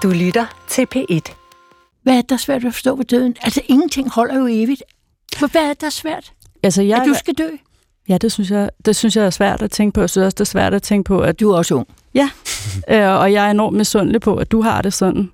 Du lytter til P1. Hvad er der svært at forstå ved døden? Altså, ingenting holder jo evigt. Hvad er der svært? Altså, at du skal dø? Ja, det synes jeg er svært at tænke på. Jeg synes også, det er svært at tænke på, at du er også ung. Ja, og jeg er enormt misundelig på, at du har det sådan.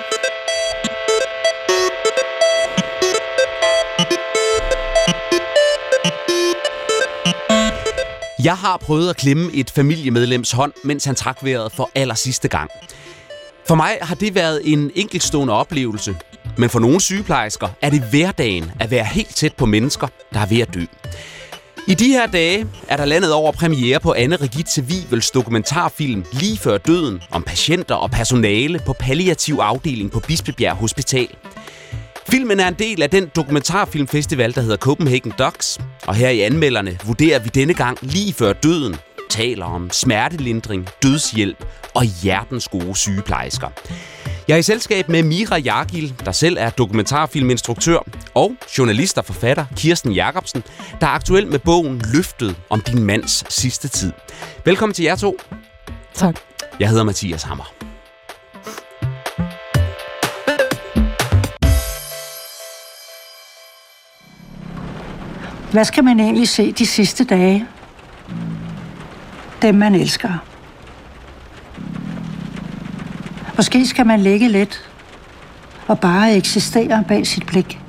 Jeg har prøvet at klemme et familiemedlems hånd, mens han trak vejret for allersidste gang. For mig har det været en enkeltstående oplevelse, men for nogle sygeplejersker er det hverdagen at være helt tæt på mennesker, der er ved at dø. I de her dage er der landet over premiere på Anne Regitze Wievels dokumentarfilm Lige før døden om patienter og personale på palliativ afdeling på Bispebjerg Hospital. Filmen er en del af den dokumentarfilmfestival, der hedder Copenhagen Docs, og her i Anmelderne vurderer vi denne gang Lige før døden, taler om smertelindring, dødshjælp og hjertens gode sygeplejersker. Jeg er i selskab med Mira Jargil, der selv er dokumentarfilminstruktør, og journalist og forfatter Kirsten Jacobsen, der er aktuel med bogen Løftet om din mands sidste tid. Velkommen til jer to. Tak. Jeg hedder Mathias Hammer. Hvad skal man egentlig se de sidste dage? Dem, man elsker. Måske skal man ligge lidt og bare eksistere bag sit blik.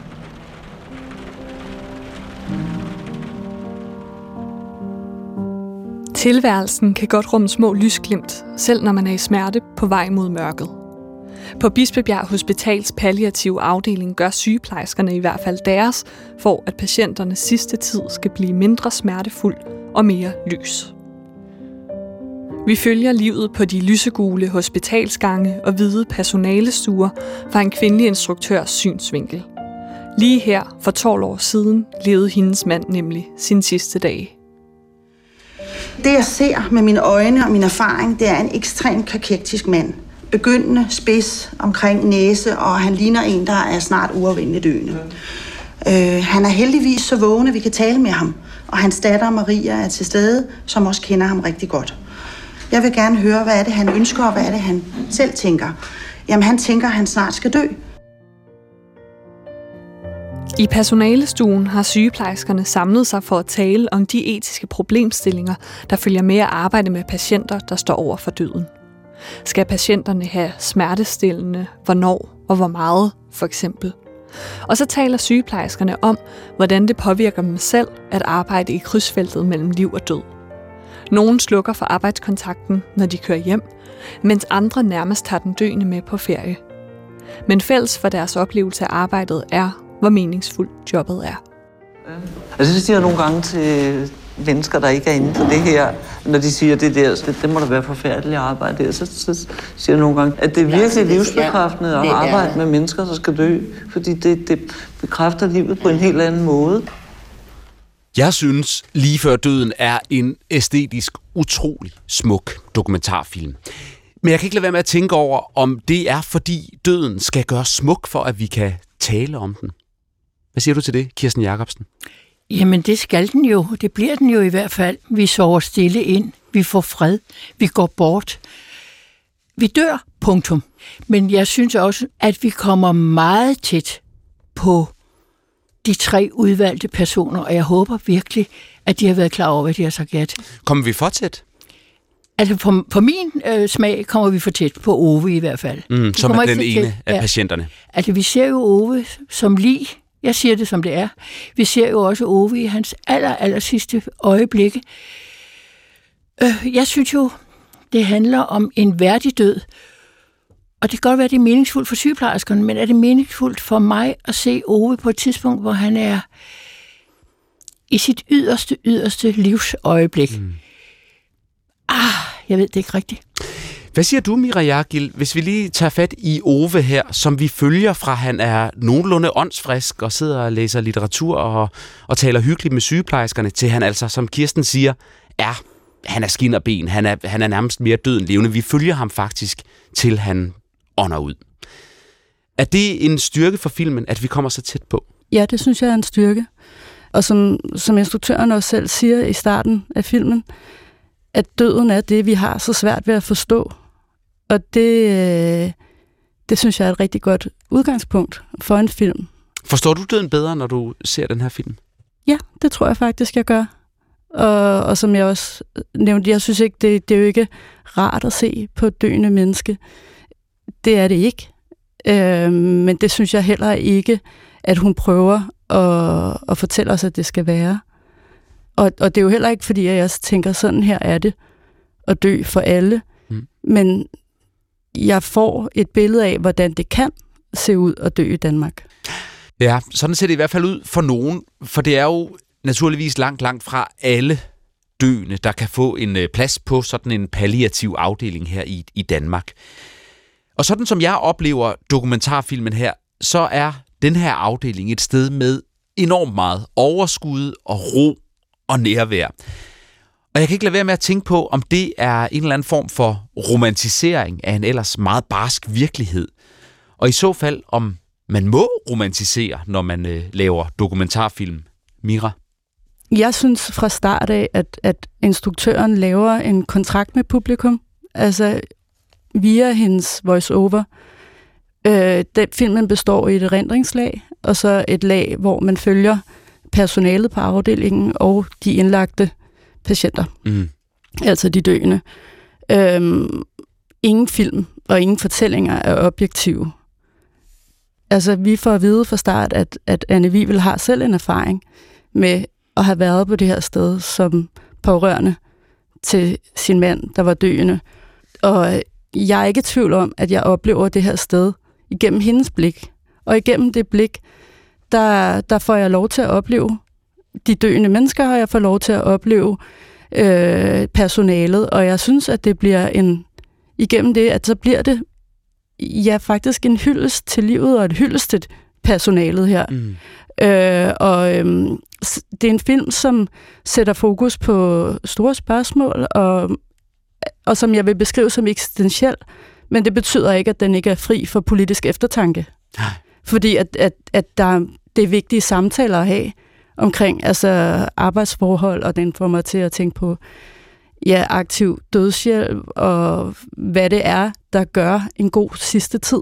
Tilværelsen kan godt rumme små lysglimt, selv når man er i smerte på vej mod mørket. På Bispebjerg Hospitals palliative afdeling gør sygeplejerskerne i hvert fald deres, for at patienternes sidste tid skal blive mindre smertefuld og mere lys. Vi følger livet på de lysegule hospitalsgange og hvide personalestuer fra en kvindelig instruktørs synsvinkel. Lige her, for 12 år siden, levede hendes mand nemlig sin sidste dag. Det jeg ser med mine øjne og min erfaring, det er en ekstremt kakektisk mand. Begyndende, spids, omkring næse, og han ligner en, der er snart uafvendeligt døende. Han er heldigvis så vågen, at vi kan tale med ham, og hans datter Maria er til stede, som også kender ham rigtig godt. Jeg vil gerne høre, hvad er det, han ønsker, og hvad er det, han selv tænker. Jamen, han tænker, at han snart skal dø. I personalestuen har sygeplejerskerne samlet sig for at tale om de etiske problemstillinger, der følger med at arbejde med patienter, der står over for døden. Skal patienterne have smertestillende, hvornår og hvor meget, for eksempel? Og så taler sygeplejerskerne om, hvordan det påvirker dem selv at arbejde i krydsfeltet mellem liv og død. Nogle slukker for arbejdskontakten, når de kører hjem, mens andre nærmest tager den døende med på ferie. Men fælles for deres oplevelse af arbejdet er, hvor meningsfuldt jobbet er. Altså, det siger jeg nogle gange til mennesker, der ikke er inde på det her, når de siger, det må da være forfærdeligt at arbejde der, så siger jeg nogle gange, at det er virkelig livsbekræftende at arbejde med mennesker, der skal dø, fordi det bekræfter livet på en helt anden måde. Jeg synes, Lige før døden er en æstetisk utrolig smuk dokumentarfilm. Men jeg kan ikke lade være med at tænke over, om det er, fordi døden skal gøres smuk, for at vi kan tale om den. Hvad siger du til det, Kirsten Jacobsen? Jamen, det skal den jo. Det bliver den jo i hvert fald. Vi sover stille ind. Vi får fred. Vi går bort. Vi dør. Punktum. Men jeg synes også, at vi kommer meget tæt på de 3 udvalgte personer, og jeg håber virkelig, at de har været klar over, hvad de har sagt ja til. Kommer vi for tæt? Altså, på min smag kommer vi for tæt på Ove i hvert fald. Som er den ene af patienterne. Altså, vi ser jo Ove som lig. Jeg siger det, som det er. Vi ser jo også Ove i hans aller sidste øjeblikke. Jeg synes jo, det handler om en værdig død. Og det kan godt være, at det er meningsfuldt for sygeplejerskerne, men er det meningsfuldt for mig at se Ove på et tidspunkt, hvor han er i sit yderste livsøjeblik? Jeg ved det ikke rigtigt. Hvad siger du, Mira Jargil, hvis vi lige tager fat i Ove her, som vi følger fra, han er nogenlunde åndsfrisk og sidder og læser litteratur og taler hyggeligt med sygeplejerskerne, til han altså, som Kirsten siger, han er skin og ben. Han er nærmest mere død end levende. Vi følger ham faktisk, til han ånder ud. Er det en styrke for filmen, at vi kommer så tæt på? Ja, det synes jeg er en styrke. Og som instruktøren også selv siger i starten af filmen, at døden er det, vi har så svært ved at forstå. Og det det synes jeg er et rigtig godt udgangspunkt for en film. Forstår du døden bedre, når du ser den her film? Ja, det tror jeg faktisk, jeg gør. Og som jeg også nævnte, jeg synes ikke, det er jo ikke rart at se på et døende menneske. Det er det ikke. Men det synes jeg heller ikke, at hun prøver at fortælle os, at det skal være. Og det er jo heller ikke, fordi jeg tænker, sådan her er det at dø for alle. Men jeg får et billede af, hvordan det kan se ud at dø i Danmark. Ja, sådan ser det i hvert fald ud for nogen, for det er jo naturligvis langt fra alle døende, der kan få en plads på sådan en palliativ afdeling her i Danmark. Og sådan som jeg oplever dokumentarfilmen her, så er den her afdeling et sted med enormt meget overskud og ro og nærvær. Og jeg kan ikke lade være med at tænke på, om det er en eller anden form for romantisering af en ellers meget barsk virkelighed. Og i så fald, om man må romantisere, når man laver dokumentarfilm. Mira? Jeg synes fra start af, at instruktøren laver en kontrakt med publikum, altså via hendes voice-over. Den filmen består i et erindringslag, og så et lag, hvor man følger personalet på afdelingen og de indlagte patienter. Altså de døende. Ingen film og ingen fortællinger er objektive. Altså, vi får at vide fra start, at Anne Wivel har selv en erfaring med at have været på det her sted som pårørende til sin mand, der var døende. Og jeg er ikke i tvivl om, at jeg oplever det her sted igennem hendes blik. Og igennem det blik, der får jeg lov til at opleve de døende mennesker, og jeg får lov til at opleve personalet. Og jeg synes, at det bliver igennem det, at så bliver det faktisk en hyldest til livet og et hyldest til personalet her. Det er en film, som sætter fokus på store spørgsmål, og som jeg vil beskrive som eksistentiel, men det betyder ikke, at den ikke er fri for politisk eftertanke. Nej. Fordi at det er vigtige samtaler at have omkring altså arbejdsforhold, og den får mig til at tænke på aktiv dødshjælp, og hvad det er, der gør en god sidste tid.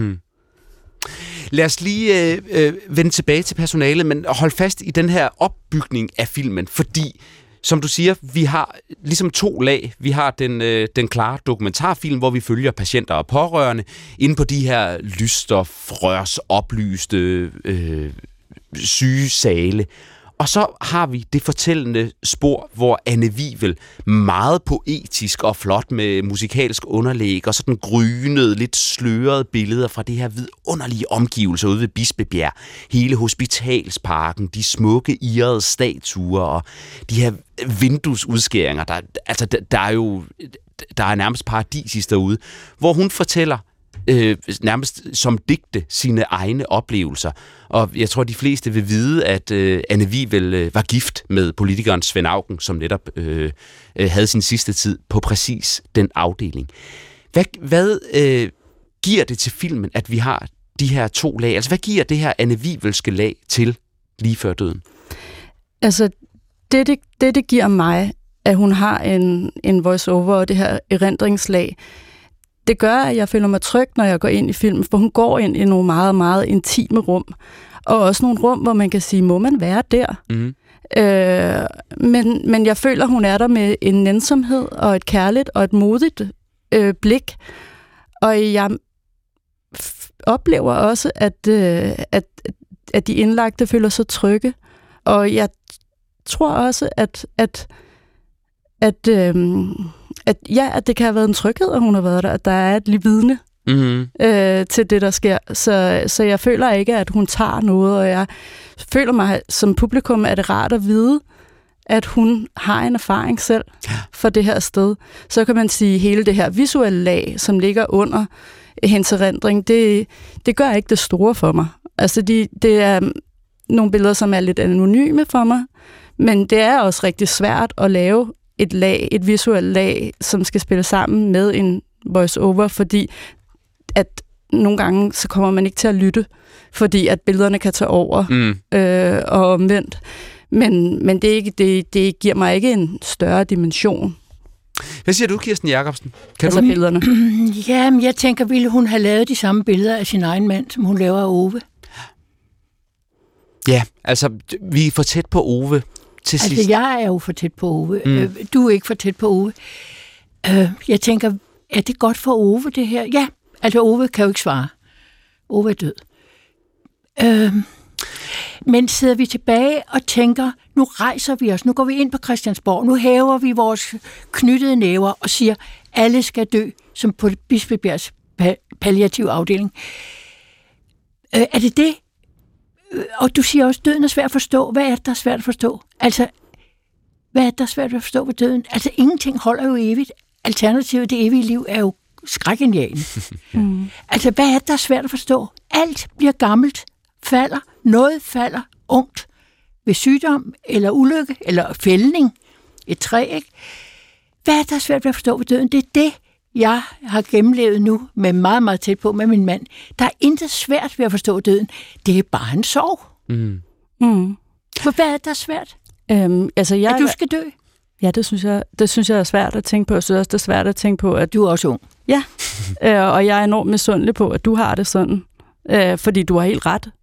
Lad os lige vende tilbage til personalet, men hold fast i den her opbygning af filmen, fordi, som du siger, vi har ligesom 2 lag. Vi har den klare dokumentarfilm, hvor vi følger patienter og pårørende inde på de her lysstofrørs oplyste syge sale. Og så har vi det fortællende spor, hvor Anne Wivel meget poetisk og flot med musikalsk underlæg og sådan grynede, lidt slørede billeder fra det her vidunderlige omgivelser ude ved Bispebjerg. Hele hospitalsparken, de smukke irrede statuer og de her vinduesudskæringer. Der er nærmest paradisisk derude, hvor hun fortæller nærmest som digte sine egne oplevelser. Og jeg tror, de fleste vil vide, at Anne Wivel var gift med politikeren Svend Auken, som netop havde sin sidste tid på præcis den afdeling. Hvad giver det til filmen, at vi har de her 2 lag? Altså, hvad giver det her Anne Wivelske lag til lige før døden? Altså, det giver mig, at hun har en voice-over og det her erindringslag, det gør, at jeg føler mig tryg, når jeg går ind i filmen, for hun går ind i nogle meget, meget intime rum. Og også nogle rum, hvor man kan sige, må man være der? Men jeg føler, hun er der med en nænsomhed og et kærligt og et modigt blik. Og jeg oplever også, at de indlagte føler sig trygge. Og jeg tror også, at det kan have været en tryghed, at hun har været der, at der er et vidne til det, der sker. Så jeg føler ikke, at hun tager noget, og jeg føler mig som publikum, at det er rart at vide, at hun har en erfaring selv for det her sted. Så kan man sige, at hele det her visuelle lag, som ligger under hendes erindring, det gør ikke det store for mig. Altså, det er nogle billeder, som er lidt anonyme for mig, men det er også rigtig svært at lave et visuelt lag, som skal spille sammen med en voice-over, fordi at nogle gange, så kommer man ikke til at lytte, fordi at billederne kan tage over og omvendt. Men det giver mig ikke en større dimension. Hvad siger du, Kirsten Jacobsen? Billederne? Jamen, jeg tænker, ville hun have lavet de samme billeder af sin egen mand, som hun laver af Ove? Ja, altså, vi er for tæt på Ove til sidst. Altså, jeg er jo for tæt på Ove. Du er ikke for tæt på Ove. Jeg tænker, er det godt for Ove, det her? Ja, altså Ove kan jo ikke svare. Ove er død. Men sidder vi tilbage og tænker, nu rejser vi os, nu går vi ind på Christiansborg, nu hæver vi vores knyttede næver og siger, alle skal dø, som på Bispebjergs palliative afdeling. Er det det? Og du siger også, døden er svært at forstå. Hvad er det, der er svært at forstå? Altså, hvad er det, der er svært at forstå ved døden? Altså, ingenting holder jo evigt. Alternativet, det evige liv, er jo skrækindjagende. Altså, hvad er det, der er svært at forstå? Alt bliver gammelt, falder, noget falder ungt ved sygdom, eller ulykke, eller fældning, et træ, ikke? Hvad er det, der er svært ved at forstå ved døden? Det er det, jeg har gennemlevet nu, med meget, meget tæt på med min mand. Der er intet svært ved at forstå døden. Det er bare en sorg. For hvad er det, der er svært? At du skal dø? Ja, det synes jeg er svært at tænke på. Jeg synes også, det er svært at tænke på, at du er også ung. Ja, og jeg er enormt misundelig på, at du har det sådan. Fordi du har helt ret.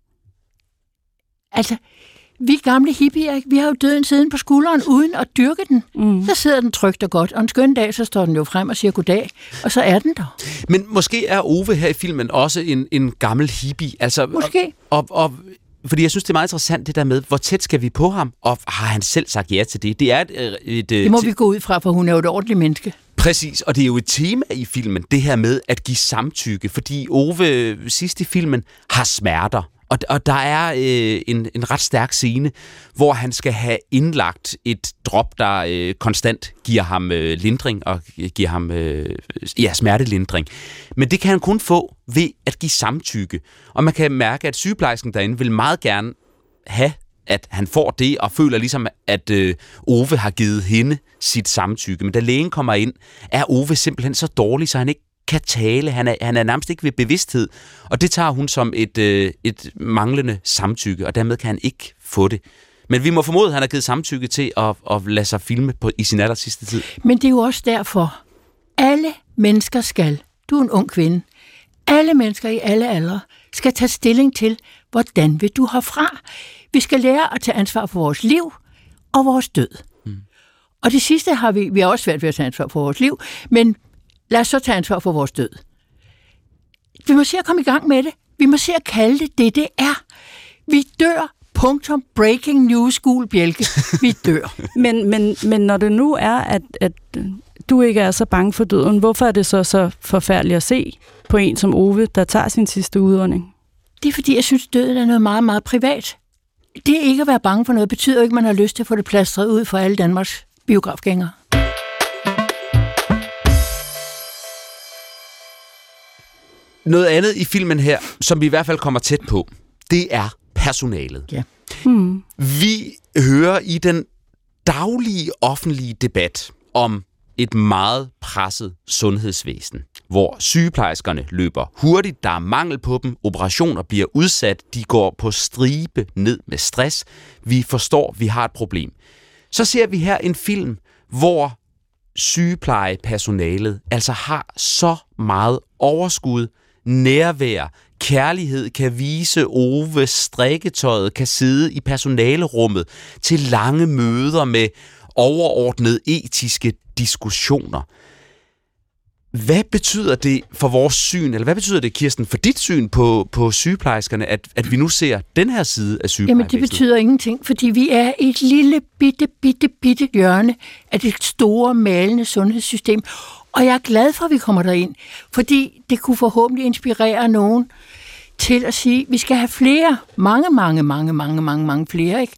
Altså, vi gamle hippier, vi har jo døden siden på skulderen, uden at dyrke den. Så sidder den trygt og godt, og en skøn dag, så står den jo frem og siger goddag, og så er den der. Men måske er Ove her i filmen også en gammel hippie. Altså, måske. Fordi jeg synes, det er meget interessant det der med, hvor tæt skal vi på ham, og har han selv sagt ja til det? Det er det må vi gå ud fra, for hun er jo et ordentligt menneske. Præcis, og det er jo et tema i filmen, det her med at give samtykke, fordi Ove sidst i filmen har smerter. Og der er en ret stærk scene, hvor han skal have indlagt et drop, der konstant giver ham lindring og giver ham smertelindring. Men det kan han kun få ved at give samtykke. Og man kan mærke, at sygeplejersken derinde vil meget gerne have, at han får det, og føler ligesom, at Ove har givet hende sit samtykke. Men da lægen kommer ind, er Ove simpelthen så dårlig, så han ikke kan tale. Han er nærmest ikke ved bevidsthed, og det tager hun som et manglende samtykke, og dermed kan han ikke få det. Men vi må formode, at han har givet samtykke til at lade sig filme i sin aller sidste tid. Men det er jo også derfor, alle mennesker skal, du er en ung kvinde, alle mennesker i alle aldre skal tage stilling til, hvordan vil du herfra. Vi skal lære at tage ansvar for vores liv og vores død. Og det sidste har vi har også svært ved at tage ansvar for vores liv, men lad os så tage ansvar for vores død. Vi må se at komme i gang med det. Vi må se at kalde det det er. Vi dør. Punktum. Breaking news, Gul Bjælke. Vi dør. men når det nu er, at du ikke er så bange for døden, hvorfor er det så forfærdeligt at se på en som Ove, der tager sin sidste udånding? Det er fordi, jeg synes, døden er noget meget, meget privat. Det ikke at være bange for noget, betyder ikke, at man har lyst til at få det plastret ud for alle Danmarks biografgængere. Noget andet i filmen her, som vi i hvert fald kommer tæt på, det er personalet. Ja. Vi hører i den daglige offentlige debat om et meget presset sundhedsvæsen, hvor sygeplejerskerne løber hurtigt, der er mangel på dem, operationer bliver udsat, de går på stribe ned med stress. Vi forstår, vi har et problem. Så ser vi her en film, hvor sygeplejepersonalet altså har så meget overskud, nærvær, kærlighed, kan vise Ove strikketøjet, kan sidde i personalerummet til lange møder med overordnede etiske diskussioner. Hvad betyder det for vores syn, eller hvad betyder det, Kirsten, for dit syn på sygeplejerskerne, at vi nu ser den her side af sygeplejevæsenet? Jamen, det betyder ingenting, fordi vi er et lille, bitte hjørne af det store, malende sundhedssystem. Og jeg er glad for, at vi kommer derind, fordi det kunne forhåbentlig inspirere nogen til at sige, at vi skal have flere, mange flere, ikke?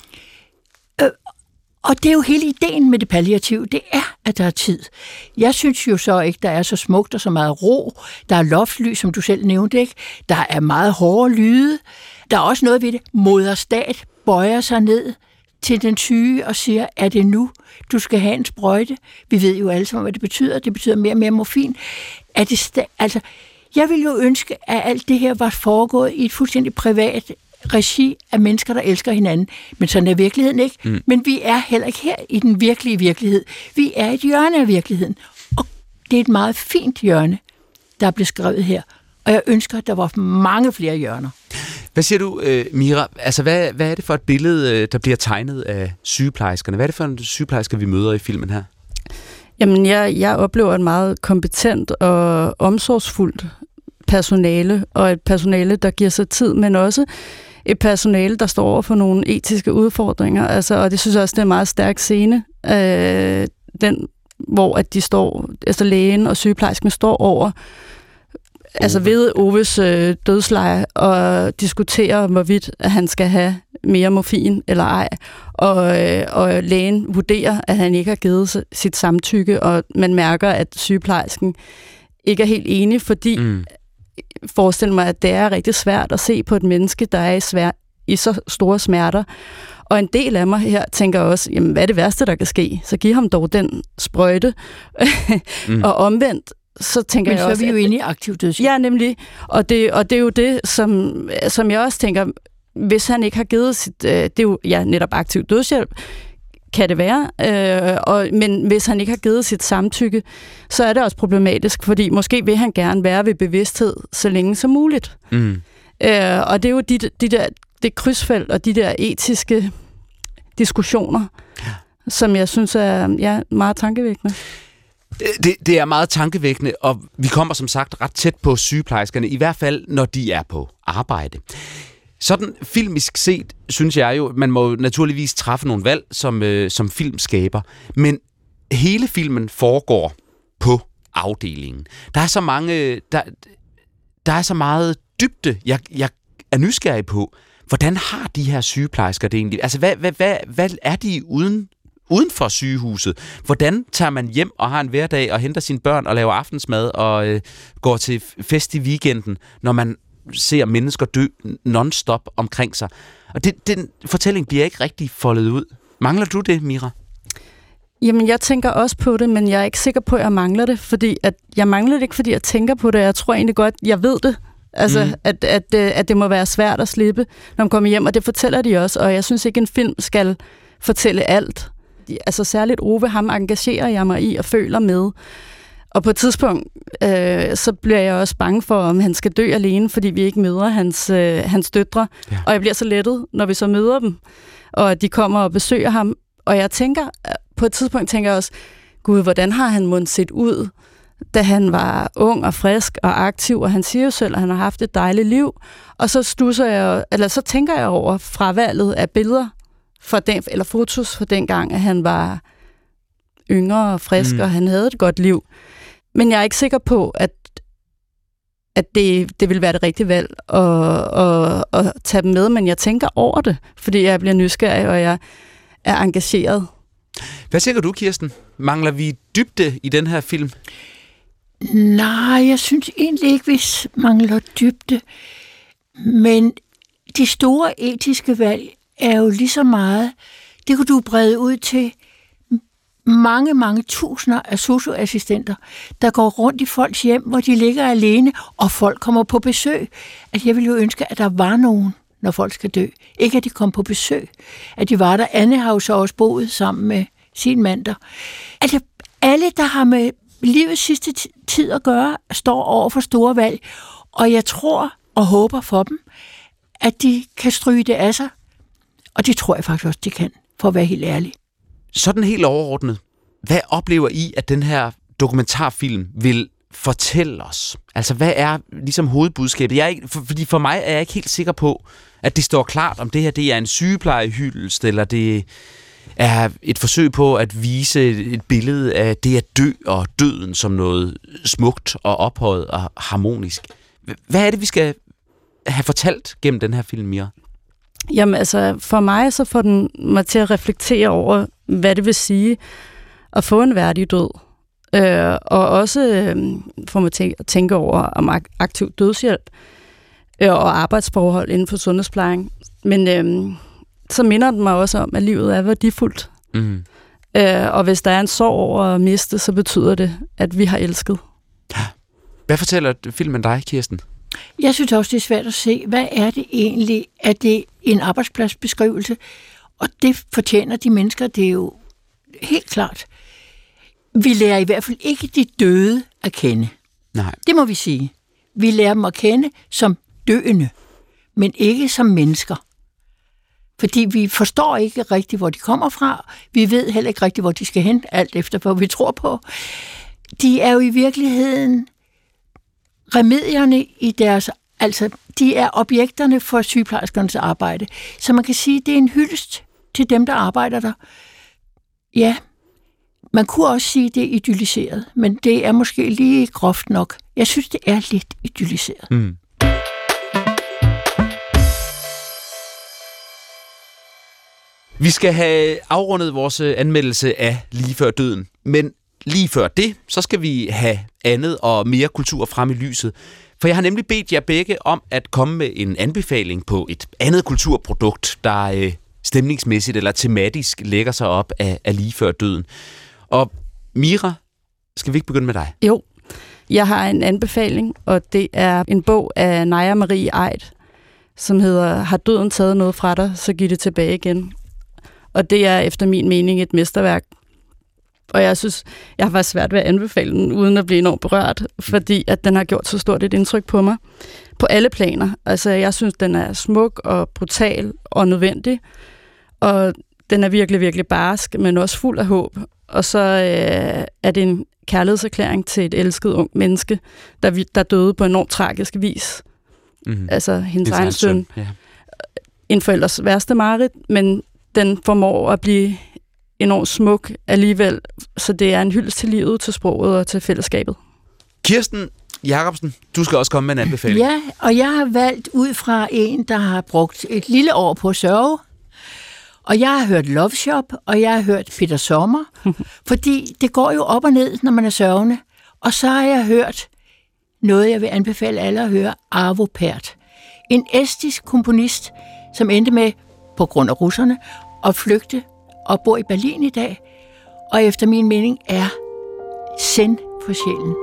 Og det er jo hele ideen med det palliative, det er, at der er tid. Jeg synes jo så ikke, der er så smukt og så meget ro. Der er loftlys, som du selv nævnte, ikke? Der er meget hårde lyde. Der er også noget ved det. Moderstat bøjer sig ned til den syge og siger, er det nu, du skal have en sprøjte? Vi ved jo alle sammen, hvad det betyder. Det betyder mere og mere morfin. Altså, jeg ville jo ønske, at alt det her var foregået i et fuldstændig privat regi af mennesker, der elsker hinanden. Men sådan er virkeligheden ikke. Men vi er heller ikke her i den virkelige virkelighed. Vi er et hjørne af virkeligheden. Og det er et meget fint hjørne, der er blevet skrevet her. Og jeg ønsker, at der var mange flere hjørner. Hvad siger du, Mira? Altså, hvad er det for et billede, der bliver tegnet af sygeplejerskerne? Hvad er det for en sygeplejersker, vi møder i filmen her? Jamen, jeg oplever et meget kompetent og omsorgsfuldt personale, og et personale, der giver sig tid, men også et personale, der står over for nogle etiske udfordringer. Altså, og det synes jeg også, det er en meget stærk scene, hvor at de står, altså lægen og sygeplejersken står over altså ved Oves dødsleje og diskuterer, hvorvidt at han skal have mere morfin eller ej. Og lægen vurderer, at han ikke har givet sit samtykke, og man mærker, at sygeplejersken ikke er helt enig, fordi forestil mig, at det er rigtig svært at se på et menneske, der er i så store smerter. Og en del af mig her tænker også, jamen, hvad er det værste, der kan ske? Så giv ham dog den sprøjte. Og omvendt, så tænker jeg også... Men så er vi jo inde i aktiv dødshjælp. Ja, nemlig. Og det er jo det, som jeg også tænker, hvis han ikke har givet sit... det er jo netop aktiv dødshjælp, kan det være. Men hvis han ikke har givet sit samtykke, så er det også problematisk, fordi måske vil han gerne være ved bevidsthed så længe som muligt. Og det er jo det krydsfelt og de der etiske diskussioner, som jeg synes er meget tankevækkende. Det er meget tankevækkende, og vi kommer som sagt ret tæt på sygeplejerskerne, i hvert fald når de er på arbejde. Sådan filmisk set, synes jeg jo, man må naturligvis træffe nogle valg som filmskaber, men hele filmen foregår på afdelingen. Der er så mange, der er så meget dybde, jeg er nysgerrig på. Hvordan har de her sygeplejersker det egentlig? Altså, hvad er de uden for sygehuset? Hvordan tager man hjem og har en hverdag og henter sine børn og laver aftensmad og går til fest i weekenden, når man ser mennesker dø non-stop omkring sig? Og den fortælling bliver ikke rigtig foldet ud. Mangler du det, Mira? Jamen, jeg tænker også på det, men jeg er ikke sikker på, at jeg mangler det, fordi at jeg mangler det ikke, fordi jeg tænker på det. Jeg tror egentlig godt, jeg ved det. Altså, at det må være svært at slippe, når man kommer hjem, og det fortæller de også, og jeg synes ikke, en film skal fortælle alt. Altså, særligt Ove, ham engagerer jeg mig i og føler med. Og på et tidspunkt, så bliver jeg også bange for, om han skal dø alene, fordi vi ikke møder hans døtre. Ja. Og jeg bliver så lettet, når vi så møder dem, og de kommer og besøger ham. Og jeg tænker, på et tidspunkt tænker jeg også, gud, hvordan har han måttet set ud, da han var ung og frisk og aktiv, og han siger jo selv, at han har haft et dejligt liv. Og så så tænker jeg over fravalget af billeder eller fotos fra dengang, at han var yngre og frisk, og han havde et godt liv. Men jeg er ikke sikker på, at det vil være det rigtige valg at tage dem med, men jeg tænker over det, fordi jeg bliver nysgerrig, og jeg er engageret. Hvad tænker du, Kirsten? Mangler vi dybde i den her film? Nej, jeg synes egentlig ikke, vi mangler dybde. Men de store etiske valg er jo lige så meget, det kunne du brede ud til mange, mange tusinder af socioassistenter, der går rundt i folks hjem, hvor de ligger alene, og folk kommer på besøg. Altså, jeg ville jo ønske, at der var nogen, når folk skal dø. Ikke at de kom på besøg. At de var der. Anne har jo så også boet sammen med sin mand der. Altså, alle, der har med livets sidste tid at gøre, står over for store valg. Og jeg tror og håber for dem, at de kan stryge det af sig. Og det tror jeg faktisk også, de kan, for at være helt ærlig. Sådan helt overordnet. Hvad oplever I, at den her dokumentarfilm vil fortælle os? Altså, hvad er ligesom hovedbudskabet? Fordi for mig er jeg ikke helt sikker på, at det står klart, om det her det er en sygeplejehyldest, eller det er et forsøg på at vise et billede af det at dø og døden som noget smukt og ophøjet og harmonisk. Hvad er det, vi skal have fortalt gennem den her film, Mira? Jamen altså, for mig så får den mig til at reflektere over, hvad det vil sige at få en værdig død. Og også får mig til at tænke over om aktiv dødshjælp og arbejdsforhold inden for sundhedsplejen. Men så minder den mig også om, at livet er værdifuldt. Og hvis der er en sorg over at miste, så betyder det, at vi har elsket. Hvad fortæller filmen dig, Kirsten? Jeg synes også, det er svært at se, hvad er det egentlig? Er det en arbejdspladsbeskrivelse? Og det fortjener de mennesker, det er jo helt klart. Vi lærer i hvert fald ikke de døde at kende. Nej. Det må vi sige. Vi lærer dem at kende som døende, men ikke som mennesker. Fordi vi forstår ikke rigtigt, hvor de kommer fra. Vi ved heller ikke rigtigt, hvor de skal hen, alt efter hvad vi tror på. De er jo i virkeligheden remedierne i deres... Altså, de er objekterne for sygeplejerskernes arbejde. Så man kan sige, at det er en hyldest til dem, der arbejder der. Ja, man kunne også sige, at det er idylliseret, men det er måske lige groft nok. Jeg synes, det er lidt idylliseret. Mm. Vi skal have afrundet vores anmeldelse af Lige før døden, men lige før det, så skal vi have andet og mere kultur frem i lyset. For jeg har nemlig bedt jer begge om at komme med en anbefaling på et andet kulturprodukt, der stemningsmæssigt eller tematisk lægger sig op af Lige før døden. Og Mira, skal vi ikke begynde med dig? Jo, jeg har en anbefaling, og det er en bog af Naja Marie Aidt, som hedder Har døden taget noget fra dig, så giv det tilbage igen. Og det er efter min mening et mesterværk. Og jeg synes, jeg har faktisk svært ved at anbefale den, uden at blive enormt berørt, fordi at den har gjort så stort et indtryk på mig. På alle planer. Altså, jeg synes, den er smuk og brutal og nødvendig. Og den er virkelig, virkelig barsk, men også fuld af håb. Og så er det en kærlighedserklæring til et elsket ung menneske, der døde på enormt tragisk vis. Mm-hmm. Altså, hendes egen søn. Ja. En forældres værste mareridt, men den formår at blive enormt smuk alligevel, så det er en hyldest til livet, til sproget og til fællesskabet. Kirsten Jacobsen, du skal også komme med en anbefaling. Ja, og jeg har valgt ud fra en, der har brugt et lille år på at sørge. Og jeg har hørt Love Shop, og jeg har hørt Peter Sommer, fordi det går jo op og ned, når man er sørgende. Og så har jeg hørt noget, jeg vil anbefale alle at høre, Arvo Pärt. En estisk komponist, som endte med, på grund af russerne, at flygte og bor i Berlin i dag, og efter min mening er zen for sjælen.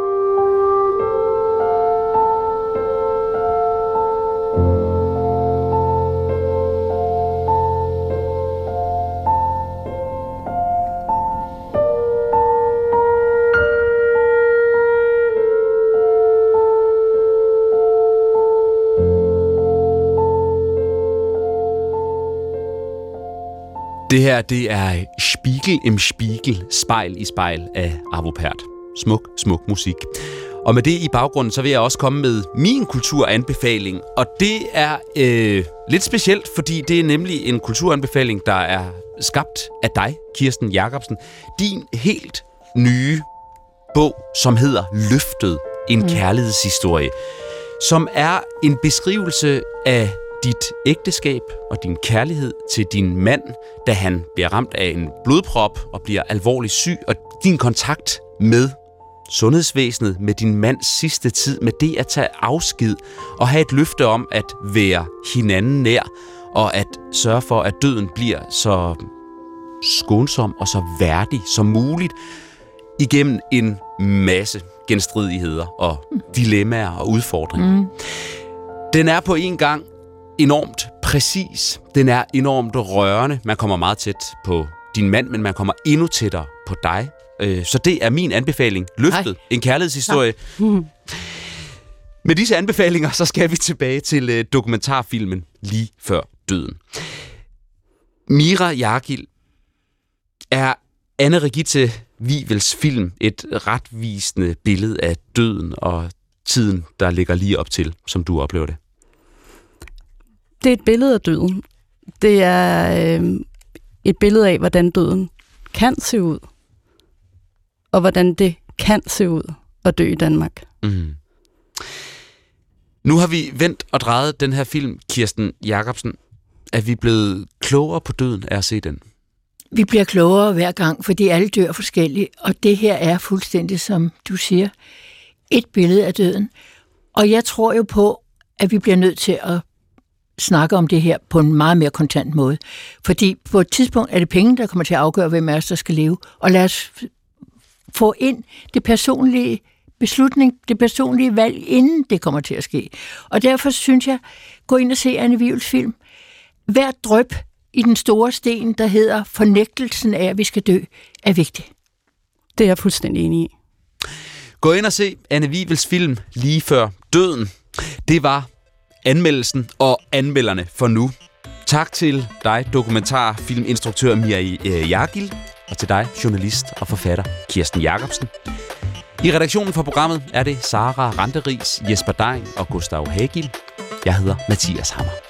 Det her, det er Spiegel im Spiegel, spejl i spejl af Arvo Pärt. Smuk, smuk musik. Og med det i baggrunden, så vil jeg også komme med min kulturanbefaling. Og det er lidt specielt, fordi det er nemlig en kulturanbefaling, der er skabt af dig, Kirsten Jacobsen. Din helt nye bog, som hedder Løftet, en kærlighedshistorie. Som er en beskrivelse af dit ægteskab og din kærlighed til din mand, da han bliver ramt af en blodprop og bliver alvorligt syg, og din kontakt med sundhedsvæsenet, med din mands sidste tid, med det at tage afsked og have et løfte om at være hinanden nær, og at sørge for, at døden bliver så skånsom og så værdig som muligt igennem en masse genstridigheder og dilemmaer og udfordringer. Den er på en gang enormt præcis. Den er enormt rørende. Man kommer meget tæt på din mand, men man kommer endnu tættere på dig. Så det er min anbefaling. Løftet. En kærlighedshistorie. Med disse anbefalinger, så skal vi tilbage til dokumentarfilmen Lige før døden. Mira Jargil, er Anne Regitze Wievels film et retvisende billede af døden og tiden, der ligger lige op til, som du oplever det? Det er et billede af døden. Det er et billede af, hvordan døden kan se ud, og hvordan det kan se ud at dø i Danmark. Mm. Nu har vi vendt og drejet den her film, Kirsten Jacobsen. Er vi blevet klogere på døden af at se den? Vi bliver klogere hver gang, fordi alle dør forskelligt, og det her er fuldstændig, som du siger, et billede af døden. Og jeg tror jo på, at vi bliver nødt til at snakke om det her på en meget mere kontant måde. Fordi på et tidspunkt er det penge, der kommer til at afgøre, hvem af os, der skal leve. Og lad os få ind det personlige beslutning, det personlige valg, inden det kommer til at ske. Og derfor synes jeg, gå ind og se Anne Wivels film. Hver dryp i den store sten, der hedder fornægtelsen af, at vi skal dø, er vigtig. Det er jeg fuldstændig enig i. Gå ind og se Anne Wivels film Lige før døden. Det var anmeldelsen og anmelderne for nu. Tak til dig, dokumentarfilminstruktør Mia Jargil, og til dig, journalist og forfatter Kirsten Jacobsen. I redaktionen for programmet er det Sara Randeris, Jesper Dein og Gustav Hagil. Jeg hedder Mathias Hammer.